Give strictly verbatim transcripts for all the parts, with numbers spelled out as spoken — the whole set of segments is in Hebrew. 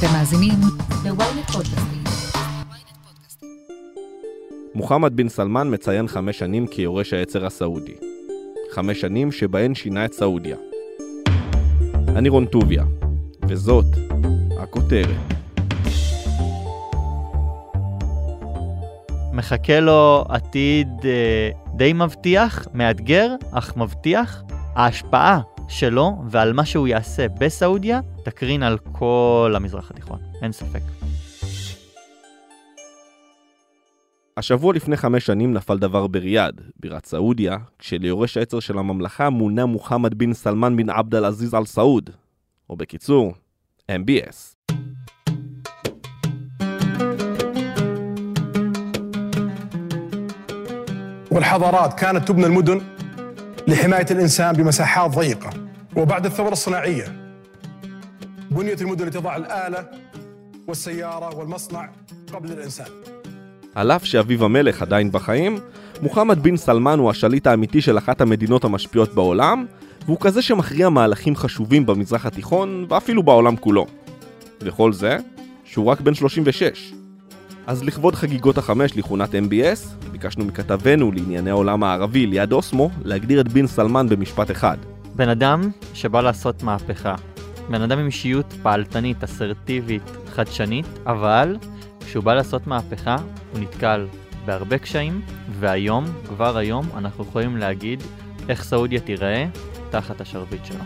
אתם מאזינים ל-ynet פודקאסטים. מוחמד בן סלמן מציין חמש שנים כיורש העצר הסעודי. חמש שנים שבהן שינה את סעודיה. אני רון טוביה, וזאת הכותרת. מחכה לו עתיד אה, די מבטיח, מאתגר, אך מבטיח. ההשפעה שלו ועל מה שהוא יעשה בסעודיה תקרין על כל המזרח התיכון, אין ספק. השבוע לפני חמש שנים נפל דבר בריאד, בירת סעודיה, כשליורש העצר של הממלכה מונה מוחמד בן סלמן בן עבד אל עזיז אל סעוד, או בקיצור, אם בי אס. والحضارات كانت تبنى المدن لحماية الإنسان بمساحات ضيقة، وبعد الثورة الصناعية بنيت المدن لتضع الآلة والسيارة والمصنع قبل الإنسان. על אף שאביו המלך עדיין בחיים, מוחמד בן סלמן הוא השליט האמיתי של אחת המדינות המשפיעות בעולם, והוא כזה שמכריע מהלכים חשובים במזרח התיכון ואפילו בעולם כולו. וכל זה, שהוא רק בן שלושים ושש. אז לכבוד חגיגות החמש לכהונת אם בי אס, ביקשנו מכתבנו לענייני העולם הערבי ליעד אוסמו להגדיר את בן סלמן במשפט אחד. בן אדם שבא לעשות מהפכה. בן אדם עם אישיות פעלתנית, אסרטיבית, חדשנית, אבל כשהוא בא לעשות מהפכה הוא נתקל בהרבה קשיים, והיום, כבר היום, אנחנו יכולים להגיד איך סעודיה תיראה תחת השרביט שלו.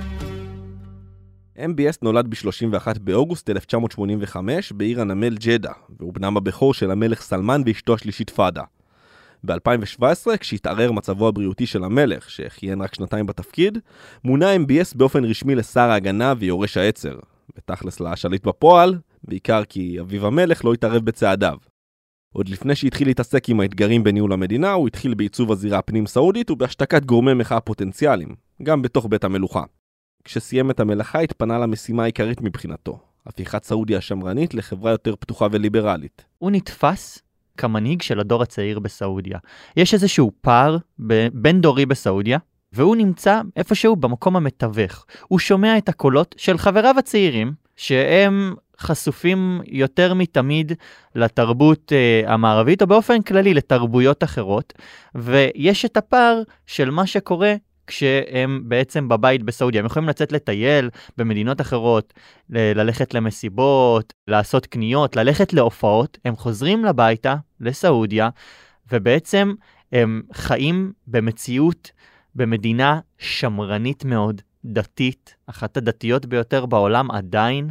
אם בי אס נולד ב-שלושים ואחד באוגוסט אלף תשע מאות שמונים וחמש בעיר הנמל ג'דה, והוא בנם הבכור של המלך סלמן ואשתו השלישית פאדה. ב-אלפיים שבע עשרה, כשהתערער מצבו הבריאותי של המלך, שכיהן רק שנתיים בתפקיד, מונה אם בי אס באופן רשמי לשר ההגנה ויורש העצר, ותכלס לשליט בפועל, בעיקר כי אביו המלך לא התערב בצעדיו. עוד לפני שהתחיל להתעסק עם האתגרים בניהול המדינה, הוא התחיל בעיצוב הזירה הפנים סעודית ובהשתקת גורמי מחאה פוטנציאליים, גם בתוך בית המלוכה. כשסיים את המלאכה התפנה למשימה העיקרית מבחינתו, הפיכת סעודיה השמרנית לחברה יותר פתוחה וליברלית. הוא נתפס כמנהיג של הדור הצעיר בסעודיה. יש איזשהו פער בין דורי בסעודיה, והוא נמצא איפשהו במקום המתווך. הוא שומע את הקולות של חבריו הצעירים, שהם חשופים יותר מתמיד לתרבות uh, המערבית, או באופן כללי לתרבויות אחרות, ויש את הפער של מה שקורה כשהם בעצם בבית בסעודיה. הם יכולים לצאת לטייל במדינות אחרות, ל- ללכת למסיבות, לעשות קניות, ללכת להופעות. הם חוזרים לביתה, לסעודיה, ובעצם הם חיים במציאות, במדינה שמרנית מאוד, דתית, אחת הדתיות ביותר בעולם עדיין,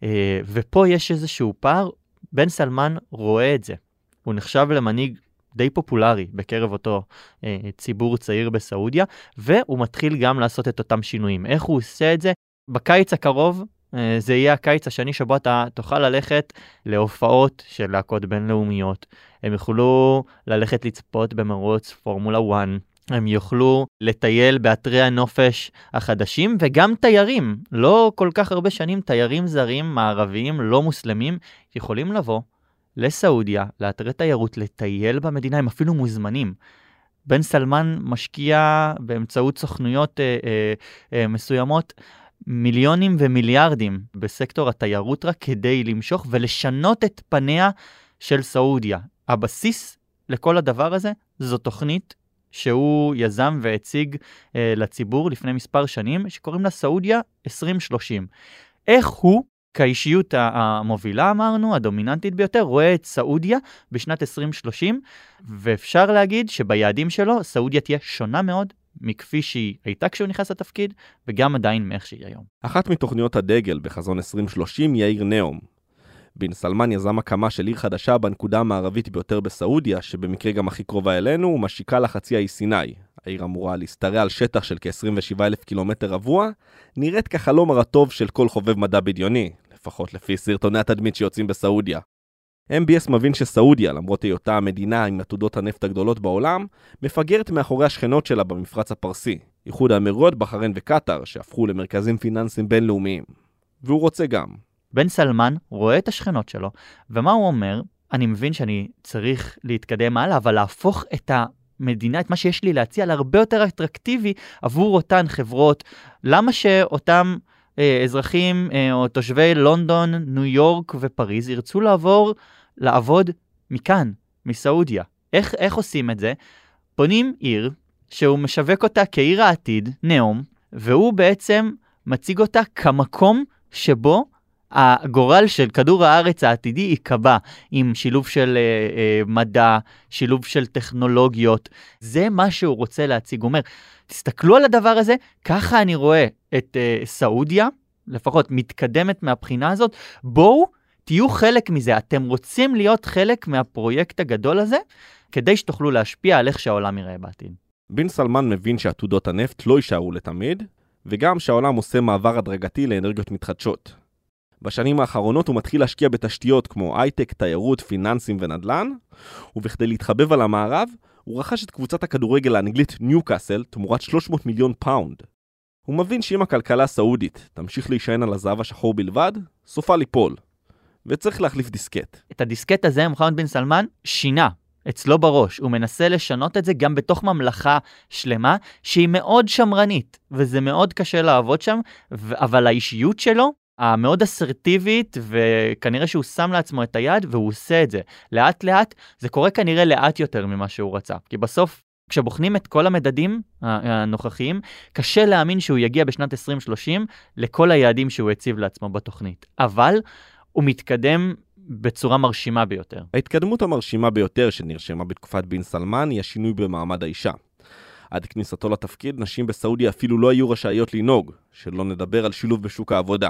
ופה יש איזשהו פער. בן סלמן רואה את זה. הוא נחשב למנהיג די פופולרי בקרב אותו אה, ציבור צעיר בסעודיה, והוא מתחיל גם לעשות את אותם שינויים. איך הוא עושה את זה? בקיץ הקרוב, אה, זה יהיה הקיץ השני שבו אתה תוכל ללכת להופעות של להקות בינלאומיות. הם יוכלו ללכת לצפות במרוץ פורמולה אחת, הם יוכלו לטייל באתרי הנופש החדשים, וגם תיירים, לא כל כך הרבה שנים, תיירים זרים, מערביים, לא מוסלמים, יכולים לבוא לסעודיה, לאתרי תיירות, לטייל במדינה, הם אפילו מוזמנים. בן סלמן משקיע באמצעות סוכנויות אה, אה, אה, מסוימות, מיליונים ומיליארדים בסקטור התיירות רק כדי למשוך ולשנות את פניה של סעודיה. הבסיס לכל הדבר הזה זו תוכנית שהוא יזם והציג אה, לציבור לפני מספר שנים, שקוראים לה סעודיה עשרים שלושים. איך הוא, כאישיות המובילה אמרנו, הדומיננטית ביותר, רואה את סעודיה בשנת עשרים שלושים, ואפשר להגיד שביעדים שלו סעודיה תהיה שונה מאוד מכפי שהיא הייתה כשהוא נכנס לתפקיד, וגם עדיין מאיך שהיא היום. אחת מתוכניות הדגל בחזון עשרים שלושים היא העיר נאום. בן סלמן יזם הקמה של עיר חדשה בנקודה המערבית ביותר בסעודיה, שבמקרה גם הכי קרובה אלינו, ומשיקה לחצי האי סיני. העיר אמורה להסתרע על שטח של כ-עשרים ושבעה אלף קילומטר רבוע, נראית כחלום הרטוב של כל חובב מדע בדיוני, לפחות לפי סרטוני התדמית שיוצאים בסעודיה. אם בי אס מבין שסעודיה, למרות היותה המדינה עם עתודות הנפט הגדולות בעולם, מפגרת מאחורי השכנות שלה במפרץ הפרסי, איחוד האמירויות, בחריין וקטר, שהפכו למרכזים פיננסיים בינלאומיים. והוא רוצה גם. בן סלמן רואה את השכנות שלו, ומה הוא אומר? אני מבין שאני צריך להתקדם הלאה, אבל להפוך את המדינה, את מה שיש לי להציע, להרבה יותר אטרקטיבי עבור אותן חברות. למה שאותם אה, אזרחים אה, או תושבי לונדון, ניו יורק ופריז ירצו לעבור, לעבוד מכאן, מסעודיה. איך, איך עושים את זה? בונים עיר שהוא משווק אותה כעיר העתיד, נאום, והוא בעצם מציג אותה כמקום שבו הגורל של כדור הארץ העתידי יקבע, עם שילוב של אה, אה, מדע, שילוב של טכנולוגיות. זה מה שהוא רוצה להציג. הוא אומר, תסתכלו על הדבר הזה, ככה אני רואה את אה, סעודיה, לפחות מתקדמת מהבחינה הזאת, בואו תהיו חלק מזה, אתם רוצים להיות חלק מהפרויקט הגדול הזה, כדי שתוכלו להשפיע על איך שהעולם יראה בעתיד. בן סלמן מבין שעתודות הנפט לא יישארו לתמיד, וגם שהעולם עושה מעבר הדרגתי לאנרגיות מתחדשות. בשנים האחרונות הוא מתחיל להשקיע בתשתיות כמו הייטק, תיירות, פיננסים ונדל"ן, ובכדי להתחבב על המערב, הוא רכש את קבוצת הכדורגל האנגלית ניוקאסל תמורת שלוש מאות מיליון פאונד. הוא מבין שאם הכלכלה הסעודית תמשיך להישען על הזהב השחור בלבד, סופה ליפול, וצריך להחליף דיסקט. את הדיסקט הזה מוחמד בן סלמן שינה אצלו בראש. הוא מנסה לשנות את זה גם בתוך ממלכה שלמה שהיא מאוד שמרנית, וזה מאוד קשה לעבוד שם, אבל האישיות שלו המאוד אסרטיבית, וכנראה שהוא שם לעצמו את היד, והוא עושה את זה. לאט לאט, זה קורה כנראה לאט יותר ממה שהוא רצה. כי בסוף, כשבוחנים את כל המדדים הנוכחיים, קשה להאמין שהוא יגיע בשנת עשרים שלושים לכל היעדים שהוא הציב לעצמו בתוכנית. אבל הוא מתקדם בצורה מרשימה ביותר. ההתקדמות המרשימה ביותר שנרשמה בתקופת בן סלמן היא השינוי במעמד האישה. עד כניסתו לתפקיד, נשים בסעודיה אפילו לא היו רשאיות לנהוג, שלא נדבר על שילוב בשוק העבודה.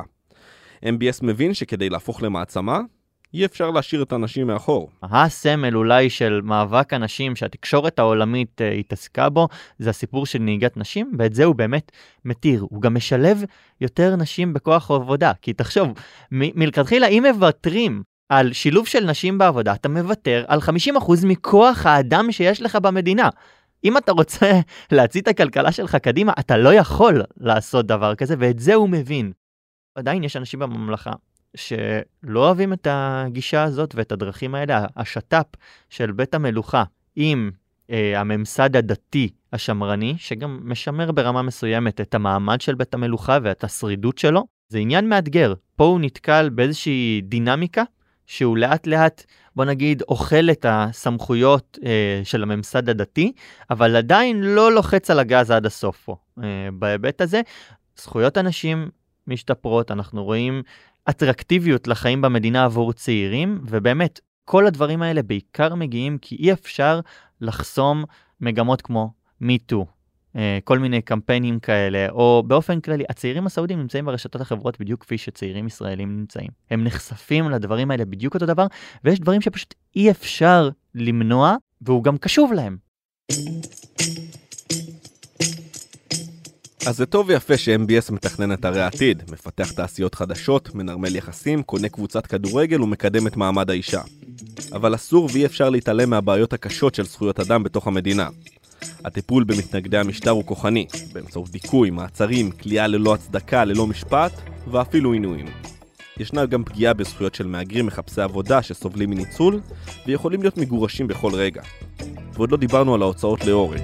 אם בי אס מבין שכדי להפוך למעצמה, אי אפשר להשאיר את הנשים מאחור. הסמל אולי של מאבק הנשים שהתקשורת העולמית uh, התעסקה בו, זה הסיפור של נהיגת נשים, ואת זה הוא באמת מתיר. הוא גם משלב יותר נשים בכוח העבודה, כי תחשוב, מ- מלכתחילה אם מוותרים על שילוב של נשים בעבודה, אתה מוותר על חמישים אחוז מכוח האדם שיש לך במדינה. אם אתה רוצה להציא את הכלכלה שלך קדימה, אתה לא יכול לעשות דבר כזה, ואת זה הוא מבין. עדיין יש אנשים בממלכה שלא אוהבים את הגישה הזאת ואת הדרכים האלה. השטאפ של בית המלוכה עם אה, הממסד הדתי השמרני, שגם משמר ברמה מסוימת את המעמד של בית המלוכה ואת השרידות שלו, זה עניין מאתגר. פה הוא נתקל באיזושהי דינמיקה, שהוא לאט לאט, בוא נגיד, אוכל את הסמכויות אה, של הממסד הדתי, אבל עדיין לא לוחץ על הגז עד הסוף פה. אה, בהיבט הזה, זכויות אנשים משתפרות, אנחנו רואים אטרקטיביות לחיים במדינה עבור צעירים, ובאמת, כל הדברים האלה בעיקר מגיעים, כי אי אפשר לחסום מגמות כמו מיטו, כל מיני קמפיינים כאלה, או באופן כללי, הצעירים הסעודים נמצאים ברשתות החברות בדיוק כפי שצעירים ישראלים נמצאים. הם נחשפים לדברים האלה בדיוק אותו דבר, ויש דברים שפשוט אי אפשר למנוע, והוא גם קשוב להם. אז זה טוב ויפה ש-אם בי אס מתכנן את הרי העתיד, מפתח תעשיות חדשות, מנרמל יחסים, קונה קבוצת כדורגל ומקדם את מעמד האישה. אבל אסור ואי אפשר להתעלם מהבעיות הקשות של זכויות אדם בתוך המדינה. הטיפול במתנגדי המשטר הוא כוחני, באמצעות דיכוי, מעצרים, כליאה ללא הצדקה, ללא משפט, ואפילו עינויים. ישנה גם פגיעה בזכויות של מהגרים מחפשי עבודה שסובלים מניצול, ויכולים להיות מגורשים בכל רגע. ועוד לא דיברנו על ההוצאות להורג.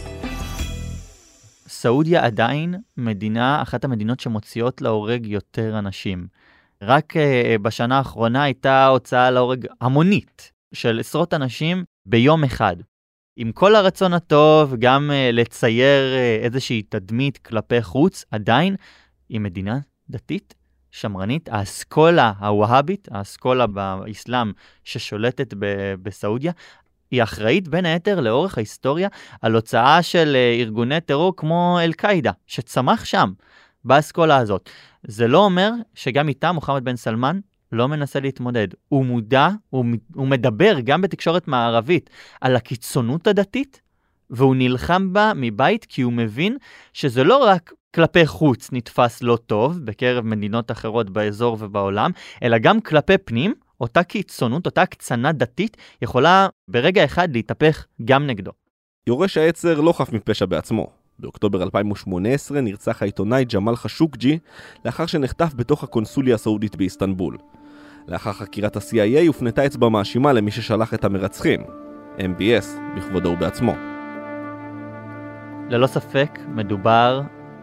סעודיה עדיין מדינה, אחת המדינות שמוציאות להורג יותר אנשים. רק uh, בשנה האחרונה הייתה הוצאה להורג המונית של עשרות אנשים ביום אחד. עם כל הרצון הטוב, גם uh, לצייר uh, איזושהי תדמית כלפי חוץ, עדיין היא מדינה דתית, שמרנית. האסכולה הווהאבית, האסכולה באסלאם ששולטת ב- בסעודיה, היא אחראית בין היתר לאורך ההיסטוריה על הוצאה של ארגוני טרור כמו אל-קאידה, שצמח שם, באסכולה הזאת. זה לא אומר שגם איתה מוחמד בן סלמן לא מנסה להתמודד. הוא מודע, הוא, הוא מדבר גם בתקשורת מערבית על הקיצונות הדתית, והוא נלחם בה מבית כי הוא מבין שזה לא רק כלפי חוץ נתפס לא טוב בקרב מדינות אחרות באזור ובעולם, אלא גם כלפי פנים, אותה קיצונות, אותה קצנה דתית, יכולה ברגע אחד להתהפך גם נגדו. יורש העצר לא חף מפשע בעצמו. באוקטובר אלפיים ושמונה עשרה נרצח העיתונאי ג'מאל חשוקג'י, לאחר שנחטף בתוך הקונסוליה הסעודית באיסטנבול. לאחר חקירת ה-סי איי איי הופנתה אצבע מאשימה למי ששלח את המרצחים, אם בי אס בכבודו ובעצמו. ללא ספק מדובר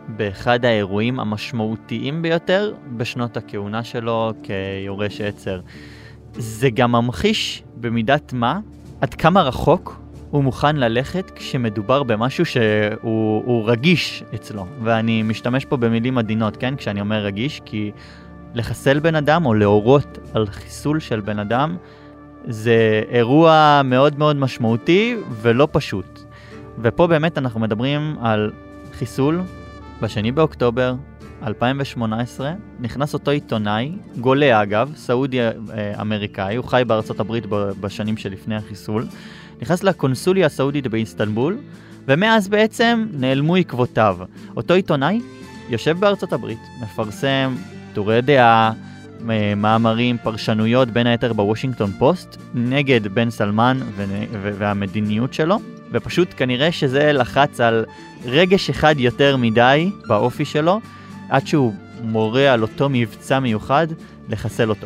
באחד האירועים המשמעותיים ביותר בשנות הכהונה שלו כיורש עצר. זה גם ממחיש במידת מה עד כמה רחוק הוא מוכן ללכת כשמדובר במשהו שהוא הוא רגיש אצלו. ואני משתמש פה במילים עדינות, כן? כשאני אומר רגיש, כי לחסל בן אדם או להורות על חיסול של בן אדם זה אירוע מאוד מאוד משמעותי ולא פשוט. ופה באמת אנחנו מדברים על חיסול. בשני באוקטובר אלפיים שמונה עשרה נכנס אותו עיתונאי, גולה אגב, סעודי אמריקאי, הוא חי בארצות הברית בשנים שלפני החיסול, נכנס לקונסוליה הסעודית באיסטנבול, ומאז בעצם נעלמו עקבותיו. אותו עיתונאי יושב בארצות הברית, מפרסם טורי דעה, מאמרים, פרשנויות, בין היתר בוושינגטון פוסט, נגד בן סלמן והמדיניות שלו, ופשוט כנראה שזה לחץ על רגש אחד יותר מדי באופי שלו, עד שהוא מורה על אותו מבצע מיוחד לחסל אותו.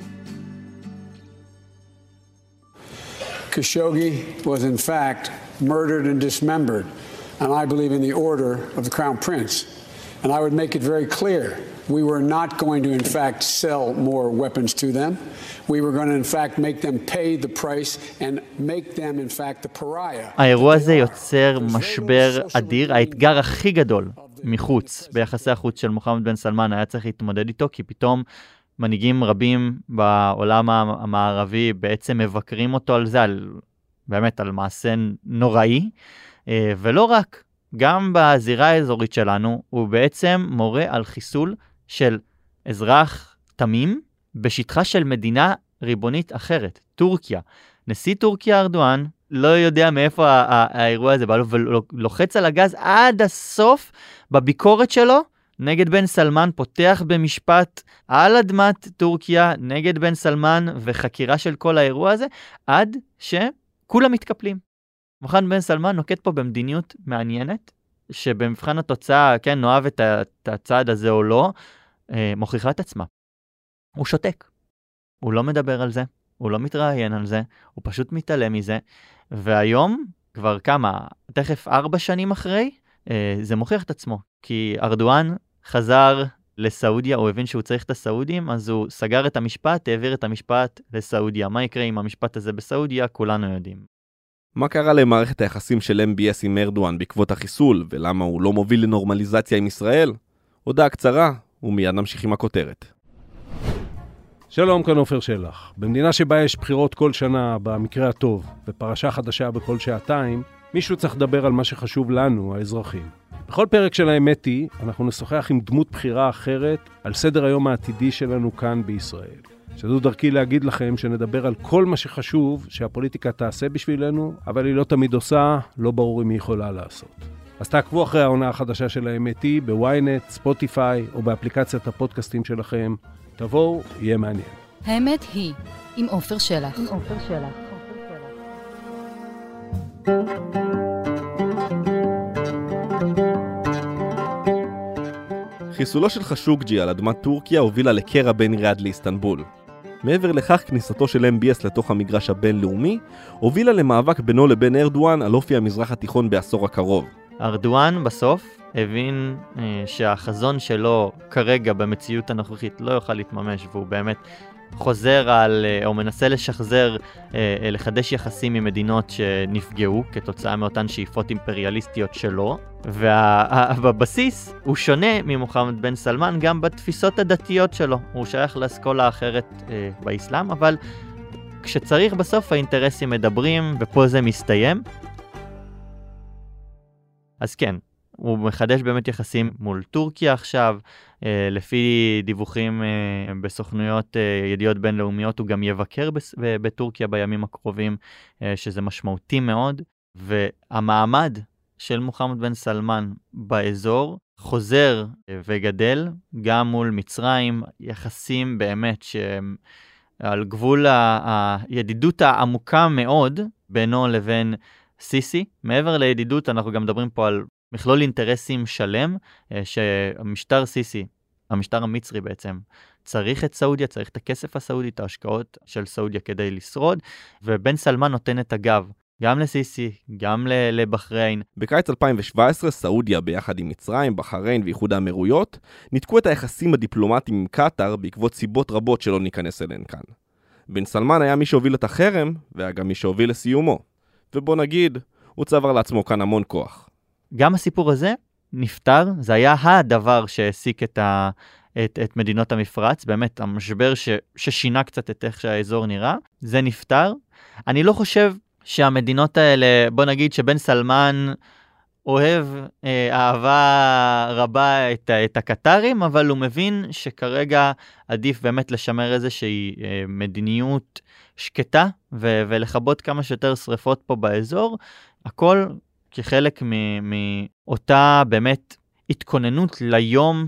Khashoggi was in fact murdered and dismembered, and I believe in the order of the Crown Prince. And I would make it very clear, we were not going to in fact sell more weapons to them. We were going to in fact make them pay the price and make them in fact the pariah. האירוע הזה יוצר משבר אדיר, האתגר הכי גדול מחוץ, ביחסי החוץ של מוחמד בן סלמן היה צריך להתמודד איתו, כי פתאום מנהיגים רבים בעולם המערבי בעצם מבקרים אותו על זה, על, באמת על מעשה נוראי, ולא רק, גם בזירה האזורית שלנו, הוא בעצם מורה על חיסול של אזרח תמים, בשטחה של מדינה ריבונית אחרת, טורקיה. נשיא טורקיה ארדואן לא יודע מאיפה האירוע הזה בא לו, ולוחץ על הגז עד הסוף בביקורת שלו, נגד בן סלמן, פותח במשפט על אדמת טורקיה, נגד בן סלמן, וחקירה של כל האירוע הזה, עד שכולם מתקפלים. מוחמד בן סלמן נוקט פה במדיניות מעניינת, שבמבחן התוצאה, כן, נאהב את הצעד הזה או לא, מוכיחה את עצמה. הוא שותק. הוא לא מדבר על זה, הוא לא מתראיין על זה, הוא פשוט מתעלם מזה, והיום, כבר כמה, תכף ארבע שנים אחרי, זה מוכיח את עצמו. כי ארדואן חזר לסעודיה, הוא הבין שהוא צריך את הסעודים, אז הוא סגר את המשפט, העביר את המשפט לסעודיה. מה יקרה עם המשפט הזה בסעודיה? כולנו יודעים. מה קרה למערכת היחסים של אם בי אס עם ארדואן בעקבות החיסול, ולמה הוא לא מוביל לנורמליזציה עם ישראל? הודעה קצרה, ומיד נמשיך עם הכותרת. שלום, כאן עופר שלח. במדינה שבה יש בחירות כל שנה, במקרה הטוב, ופרשה חדשה בכל שעתיים, מישהו צריך לדבר על מה שחשוב לנו, האזרחים. בכל פרק של האמת היא, אנחנו נשוחח עם דמות בחירה אחרת על סדר היום העתידי שלנו כאן בישראל. שזו דרכי להגיד לכם שנדבר על כל מה שחשוב שהפוליטיקה תעשה בשבילנו, אבל היא לא תמיד עושה, לא ברור אם היא יכולה לעשות. אז תעקבו אחרי העונה החדשה של האמת היא, בוויינט, ספוטיפיי או באפליקציית הפודקאסטים שלכם. תבואו, יהיה מעניין. האמת היא, עם עופר שלח. עם עופר שלח. חיסולו של חשוקג'י על אדמת טורקיה הובילה לקרע בין ריאד לאיסטנבול. מעבר לכך, כניסתו של אם בי אס לתוך המגרש הבינלאומי הובילה למאבק בינו לבין ארדואן על אופי המזרח התיכון בעשור הקרוב. ארדואן בסוף הבין אה, שהחזון שלו כרגע במציאות הנוכחית לא יוכל להתממש, והוא באמת חוזר על, אה, או מנסה לשחזר, אה, אה, לחדש יחסים עם מדינות שנפגעו כתוצאה מאותן שאיפות אימפריאליסטיות שלו, ובבסיס הוא שונה ממוחמד בן סלמן גם בתפיסות הדתיות שלו. הוא שייך לאסכולה אחרת אה, באסלאם, אבל כשצריך בסוף האינטרסים מדברים, ופה זה מסתיים. אז כן, הוא מחדש באמת יחסים מול טורקיה עכשיו, אה, לפי דיווחים אה, בסוכנויות אה, ידיעות בינלאומיות, הוא גם יבקר בס- בטורקיה בימים הקרובים, אה, שזה משמעותי מאוד, והמעמד של מוחמד בן סלמן באזור חוזר אה, וגדל, גם מול מצרים, יחסים באמת שהם על גבול ה- הידידות העמוקה מאוד בינו לבין סיסי. מעבר לידידות אנחנו גם מדברים פה על מכלול אינטרסים שלם, שהמשטר סיסי, המשטר המצרי בעצם, צריך את סעודיה, צריך את הכסף הסעודי, את ההשקעות של סעודיה כדי לשרוד, ובן סלמן נותן את הגב גם לסיסי, גם לבחריין. בקיץ אלפיים שבע עשרה, סעודיה ביחד עם מצרים, בחריין ואיחוד האמירויות, ניתקו את היחסים הדיפלומטיים עם קטר בעקבות סיבות רבות שלא ניכנס אליהן כאן. בן סלמן היה מי שהוביל את החרם, והיה גם מי שהוביל לסיומו. ובוא נגיד, הוא צבר לעצמו כאן המון כוח. גם הסיפור הזה נפטר, זה היה הדבר שהעסיק את, ה, את, את מדינות המפרץ, באמת המשבר ש, ששינה קצת את איך שהאזור נראה, זה נפטר. אני לא חושב שהמדינות האלה, בוא נגיד שבן סלמן אוהב אה, אהבה רבה את, את הקטרים, אבל הוא מבין שכרגע עדיף באמת לשמר איזושהי אה, מדיניות שקטה, ו, ולחבות כמה שיותר שריפות פה באזור, הכל כחלק מאותה באמת התכוננות ליום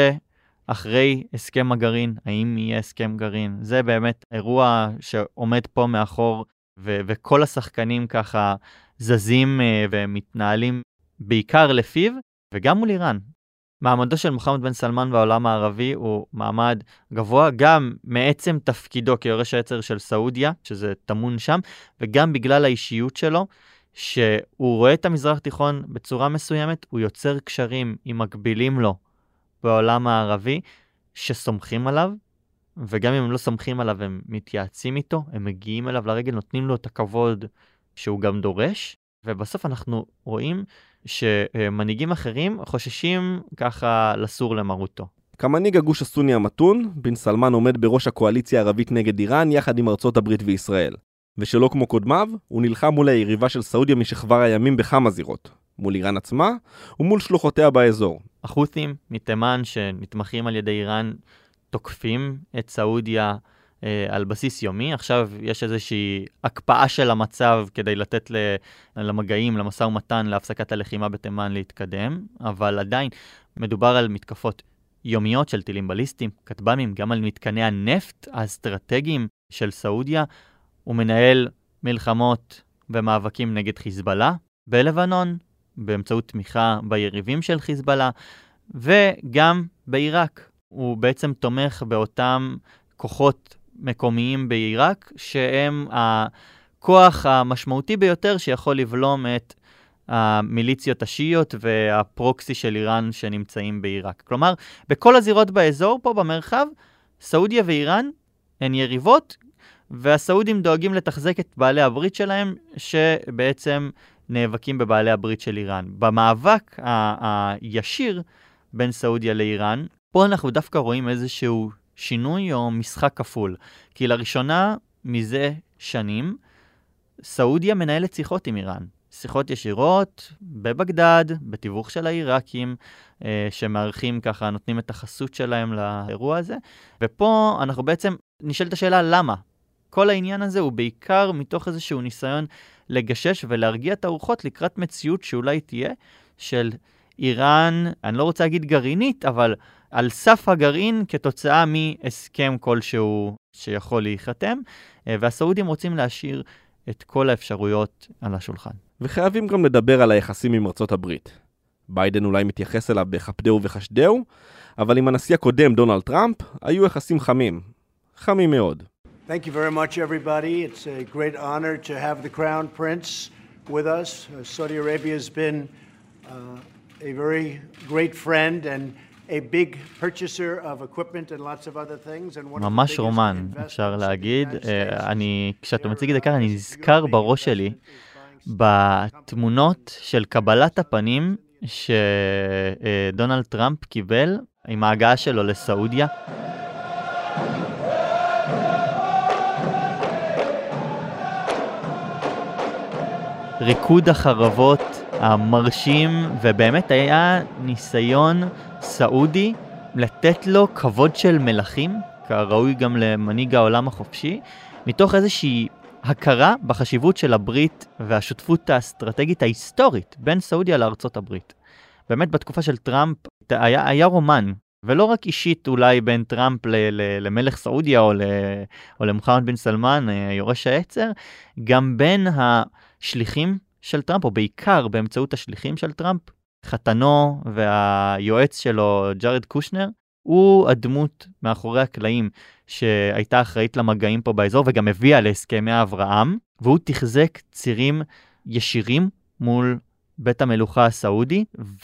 שאחרי הסכם הגרעין, האם יהיה הסכם גרעין. זה באמת אירוע שעומד פה מאחור, ו- וכל השחקנים ככה זזים uh, ומתנהלים בעיקר לפיו, וגם מול איראן. מעמדו של מוחמד בן סלמן בעולם הערבי הוא מעמד גבוה, גם מעצם תפקידו כיורש העצר של סעודיה, שזה תמון שם, וגם בגלל האישיות שלו, שהוא רואה את המזרח תיכון בצורה מסוימת, הוא יוצר קשרים עם מקבילים לו בעולם הערבי, שסומכים עליו, וגם אם הם לא סומכים עליו, הם מתייעצים איתו, הם מגיעים אליו לרגל, נותנים לו את הכבוד שהוא גם דורש, ובסוף אנחנו רואים שמנהיגים אחרים חוששים ככה לסור למרותו. כמנהיג הגוש הסוני המתון, בן סלמן עומד בראש הקואליציה הערבית נגד איראן, יחד עם ארצות הברית וישראל. ושלא כמו קודמיו, הוא נלחם מול היריבה של סעודיה משכבר הימים בכמה זירות. מול איראן עצמה ומול שלוחותיה באזור. החות'ים מתימן שנתמכים על ידי איראן תוקפים את סעודיה אה, על בסיס יומי. עכשיו יש איזושהי הקפאה של המצב כדי לתת למגעים, למשא ומתן, להפסקת הלחימה בתימן להתקדם, אבל עדיין מדובר על מתקפות יומיות של טילים בליסטיים, כטב"מים, גם על מתקני הנפט האסטרטגיים של סעודיה. הוא מנהל מלחמות ומאבקים נגד חיזבאללה בלבנון, באמצעות תמיכה ביריבים של חיזבאללה, וגם בעיראק. הוא בעצם תומך באותם כוחות מקומיים בעיראק, שהם הכוח המשמעותי ביותר שיכול לבלום את המיליציות השיעיות והפרוקסי של איראן שנמצאים בעיראק. כלומר, בכל הזירות באזור פה במרחב, סעודיה ואיראן הן יריבות, והסעודים דואגים לתחזק את בעלי הברית שלהם, שבעצם נאבקים בבעלי הברית של איראן. במאבק ה- הישיר בין סעודיה לאיראן, פה אנחנו דווקא רואים איזשהו שינוי או משחק כפול. כי לראשונה מזה שנים, סעודיה מנהלת שיחות עם איראן. שיחות ישירות בבגדד, בתיווך של העיראקים, אה, שמערכים ככה, נותנים את החסות שלהם לאירוע הזה. ופה אנחנו בעצם נשאלת השאלה למה. כל העניין הזה הוא בעיקר מתוך איזשהו ניסיון לגשש ולהרגיע את הרוחות לקראת מציאות שאולי תהיה של איראן, אני לא רוצה להגיד גרעינית, אבל על סף הגרעין כתוצאה מהסכם כלשהו שיכול להיחתם, והסעודים רוצים להשאיר את כל האפשרויות על השולחן. וחייבים גם לדבר על היחסים עם ארצות הברית. ביידן אולי מתייחס אליו בחפדהו וחשדהו, אבל עם הנשיא הקודם דונלד טראמפ היו יחסים חמים. חמים מאוד. Thank you very much, everybody. It's a great honor to have the Crown Prince with us. Uh, Saudi Arabia has been uh, a very great friend and a big purchaser of equipment and lots of other things. And one ממש רומן, אפשר להגיד. אני, כשאתה מציג את זה ככה, אני נזכר בראש שלי בתמונות של קבלת הפנים שדונלד טראמפ קיבל עם ההגעה שלו לסעודיה. ריקוד החרבות המרשים, ובאמת היה ניסיון סעודי לתת לו כבוד של מלכים, כראוי גם למנהיג העולם החופשי, מתוך איזושהי הכרה בחשיבות של הברית והשותפות האסטרטגית ההיסטורית בין סעודיה לארצות הברית. באמת בתקופה של טראמפ היה, היה רומן, ולא רק אישית אולי בין טראמפ ל- ל- למלך סעודיה או, ל- או למוחמד בן סלמן, יורש העצר, גם בין השליחים של טראמפ, או בעיקר באמצעות השליחים של טראמפ, חתנו והיועץ שלו, ג'ארד קושנר, הוא הדמות מאחורי הקלעים שהייתה אחראית למגעים פה באזור, וגם הביאה להסכמי אברהם, והוא תחזק צירים ישירים מול בית המלוכה הסעודי,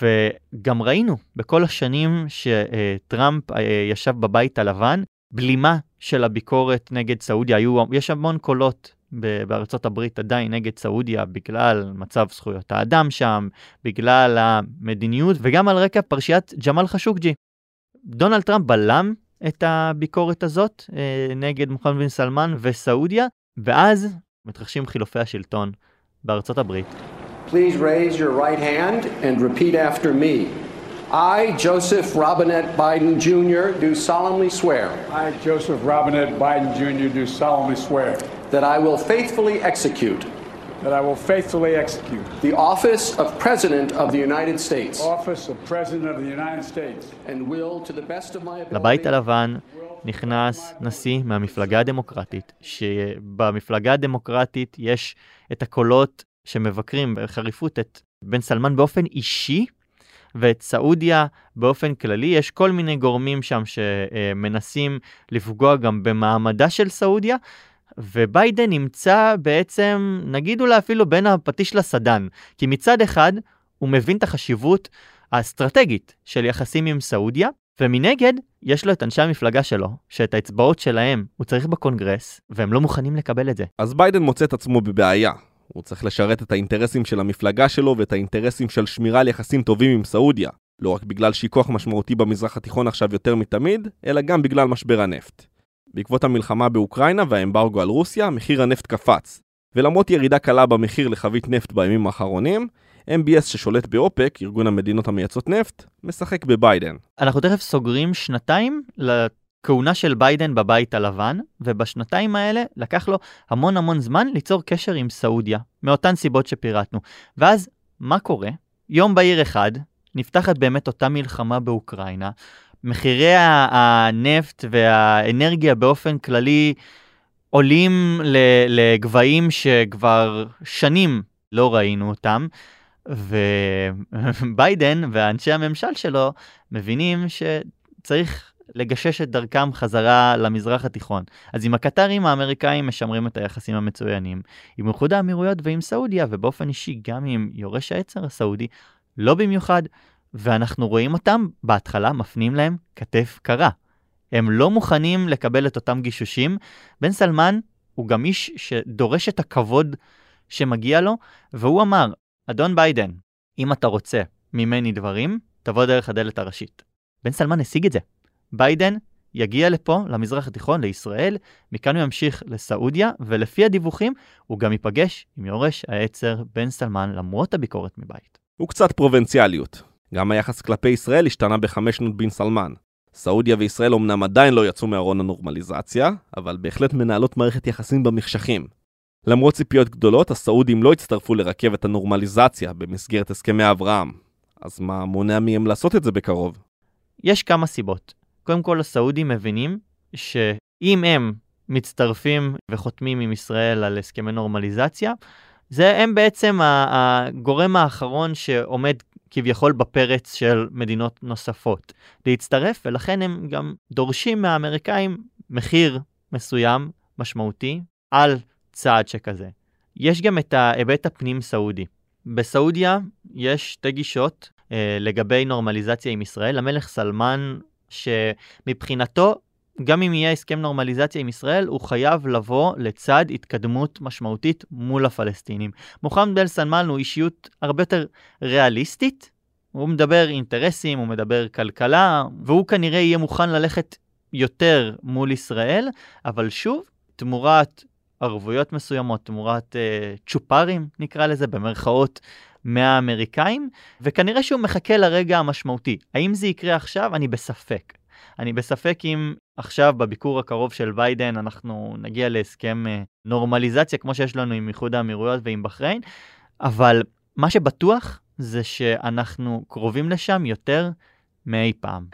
וגם ראינו בכל השנים שטראמפ ישב בבית הלבן, בלימה של הביקורת נגד סעודיה. היו, יש המון קולות בארצות הברית עדיין נגד סעודיה, בגלל מצב זכויות האדם שם, בגלל המדיניות, וגם על רקע פרשיית ג'מאל חשוקג'י. דונלד טראמפ בלם את הביקורת הזאת נגד מוחמד בן סלמן וסעודיה, ואז מתרחשים חילופי השלטון בארצות הברית. Please raise your right hand and repeat after me. I, Joseph Robinette Biden Junior do solemnly swear. I, Joseph Robinette Biden Junior do solemnly swear. That I will faithfully execute. That I will faithfully execute. The office of President of the United States. Office of President of the United States. And will, to the best of my ability. לבית הלבן נכנס נשיא מהמפלגה הדמוקרטית, שבמפלגה הדמוקרטית יש את הקולות שמבקרים בחריפות את בן סלמן באופן אישי, ואת סעודיה באופן כללי. יש כל מיני גורמים שם שמנסים לפגוע גם במעמדה של סעודיה, וביידן נמצא בעצם, נגיד אולי אפילו בין הפטיש לסדן, כי מצד אחד הוא מבין את החשיבות האסטרטגית של יחסים עם סעודיה, ומנגד יש לו את אנשי המפלגה שלו, שאת האצבעות שלהם הוא צריך בקונגרס, והם לא מוכנים לקבל את זה. אז ביידן מוצא את עצמו בבעיה. הוא צריך לשרת את האינטרסים של המפלגה שלו ואת האינטרסים של שמירה על יחסים טובים עם סעודיה. לא רק בגלל שהיא כוח משמעותי במזרח התיכון עכשיו יותר מתמיד, אלא גם בגלל משבר הנפט. בעקבות המלחמה באוקראינה והאמברגו על רוסיה, מחיר הנפט קפץ. ולמרות ירידה קלה במחיר לחבית נפט בימים האחרונים, אם בי אס ששולט באופק, ארגון המדינות המייצאות נפט, משחק בביידן. אנחנו תכף סוגרים שנתיים לכהונה של ביידן בבית הלבן, ובשנתיים האלה לקח לו המון המון זמן ליצור קשר עם סעודיה, מאותן סיבות שפירטנו. ואז, מה קורה? יום בהיר אחד, נפתחת באמת אותה מלחמה באוקראינה, מחירי הנפט והאנרגיה באופן כללי עולים לגבהים שכבר שנים לא ראינו אותם, וביידן ואנשי הממשל שלו מבינים שצריך לגשש את דרכם חזרה למזרח התיכון. אז עם הקטרים האמריקאים משמרים את היחסים המצוינים, עם איחוד האמירויות ועם סעודיה, ובאופן אישי גם עם יורש העצר הסעודי, לא במיוחד, ואנחנו רואים אותם בהתחלה מפנים להם כתף קרה. הם לא מוכנים לקבל את אותם גישושים. בן סלמן הוא גם איש שדורש את הכבוד שמגיע לו, והוא אמר, אדון ביידן, אם אתה רוצה ממני דברים, תבוא דרך הדלת הראשית. בן סלמן השיג את זה. ביידן יגיע לפה, למזרח התיכון, לישראל, מכאן הוא ימשיך לסעודיה, ולפי הדיווחים הוא גם ייפגש עם יורש העצר בן סלמן, למרות הביקורת מבית. הוא קצת פרובינציאליות. גם היחס כלפי ישראל השתנה בחמש שנות בן סלמן. סעודיה וישראל אומנם עדיין לא יצאו מארון הנורמליזציה, אבל בהחלט מנהלות מערכת יחסים במחשכים. למרות ציפיות גדולות, הסעודים לא הצטרפו לרכבת הנורמליזציה במסגרת הסכמי אברהם. אז מה מונע מהם לעשות את זה בקרוב? יש כמה סיבות. קודם כל, הסעודים מבינים שאם הם מצטרפים וחותמים עם ישראל על הסכמי נורמליזציה, זה הם בעצם הגורם האחרון שעומד כביכול בפרץ של מדינות נוספות להצטרף, ולכן הם גם דורשים מהאמריקאים מחיר מסוים, משמעותי, על צעד שכזה. יש גם את ההיבט הפנים סעודי. בסעודיה יש שתי גישות אה, לגבי נורמליזציה עם ישראל. המלך סלמן, שמבחינתו, גם אם יהיה הסכם נורמליזציה עם ישראל, הוא חייב לבוא לצד התקדמות משמעותית מול הפלסטינים. מוחמד בן סלמן הוא אישיות הרבה יותר ריאליסטית, הוא מדבר אינטרסים, הוא מדבר כלכלה, והוא כנראה יהיה מוכן ללכת יותר מול ישראל, אבל שוב, תמורת ערבויות מסוימות, תמורת אה, צ'ופרים, נקרא לזה, במרכאות מהאמריקאים, וכנראה שהוא מחכה לרגע המשמעותי. האם זה יקרה עכשיו? אני בספק. אני בספק אם עכשיו בביקור הקרוב של ביידן אנחנו נגיע להסכם אה, נורמליזציה, כמו שיש לנו עם איחוד האמירויות ועם בחריין, אבל מה שבטוח זה שאנחנו קרובים לשם יותר מאי פעם.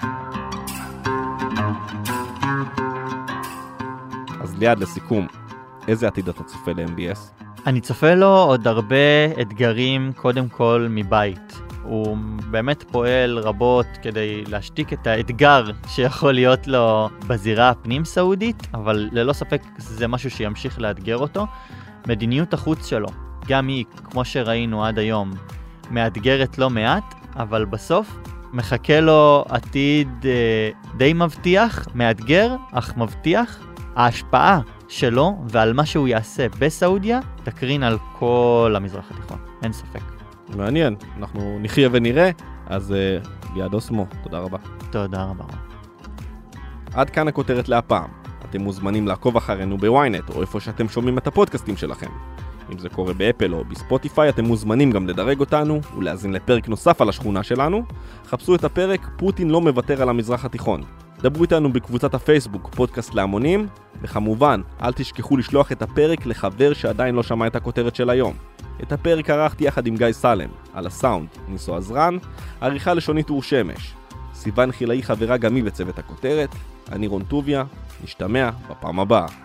אז ליד לסיכום, איזה עתיד אתה צופה ל-אם בי אס? אני צופה לו עוד הרבה אתגרים, קודם כל מבית. הוא באמת פועל רבות כדי להשתיק את האתגר שיכול להיות לו בזירה הפנים סעודית, אבל ללא ספק זה משהו שימשיך לאתגר אותו. מדיניות החוץ שלו גם היא, כמו שראינו עד היום, מאתגרת לא מעט, אבל בסוף מחכה לו עתיד אה, די מבטיח, מאתגר, אך מבטיח. ההשפעה שלו ועל מה שהוא יעשה בסעודיה תקרין על כל המזרח התיכון, אין ספק. מעניין, אנחנו נחיה ונראה, אז uh, יד אוסמו, תודה רבה. תודה רבה. עד כאן הכותרת להפעם. אתם מוזמנים לעקוב אחרינו בוויינט, או איפה שאתם שומעים את הפודקאסטים שלכם. אם זה קורה באפל או בספוטיפיי, אתם מוזמנים גם לדרג אותנו ולהזין לפרק נוסף על השכונה שלנו. חפשו את הפרק פוטין לא מוותר על המזרח התיכון. דברו איתנו בקבוצת הפייסבוק פודקאסט להמונים, וכמובן אל תשכחו לשלוח את הפרק לחבר שעדיין לא שמע את הכותרת של היום. את הפרק ערכתי יחד עם גיא סלם, על הסאונד ניסו עזרן, עריכה לשונית אור שמש. סיוון חילאי חברה גם היא בצוות הכותרת, אני רון טוביה, נשתמע בפעם הבאה.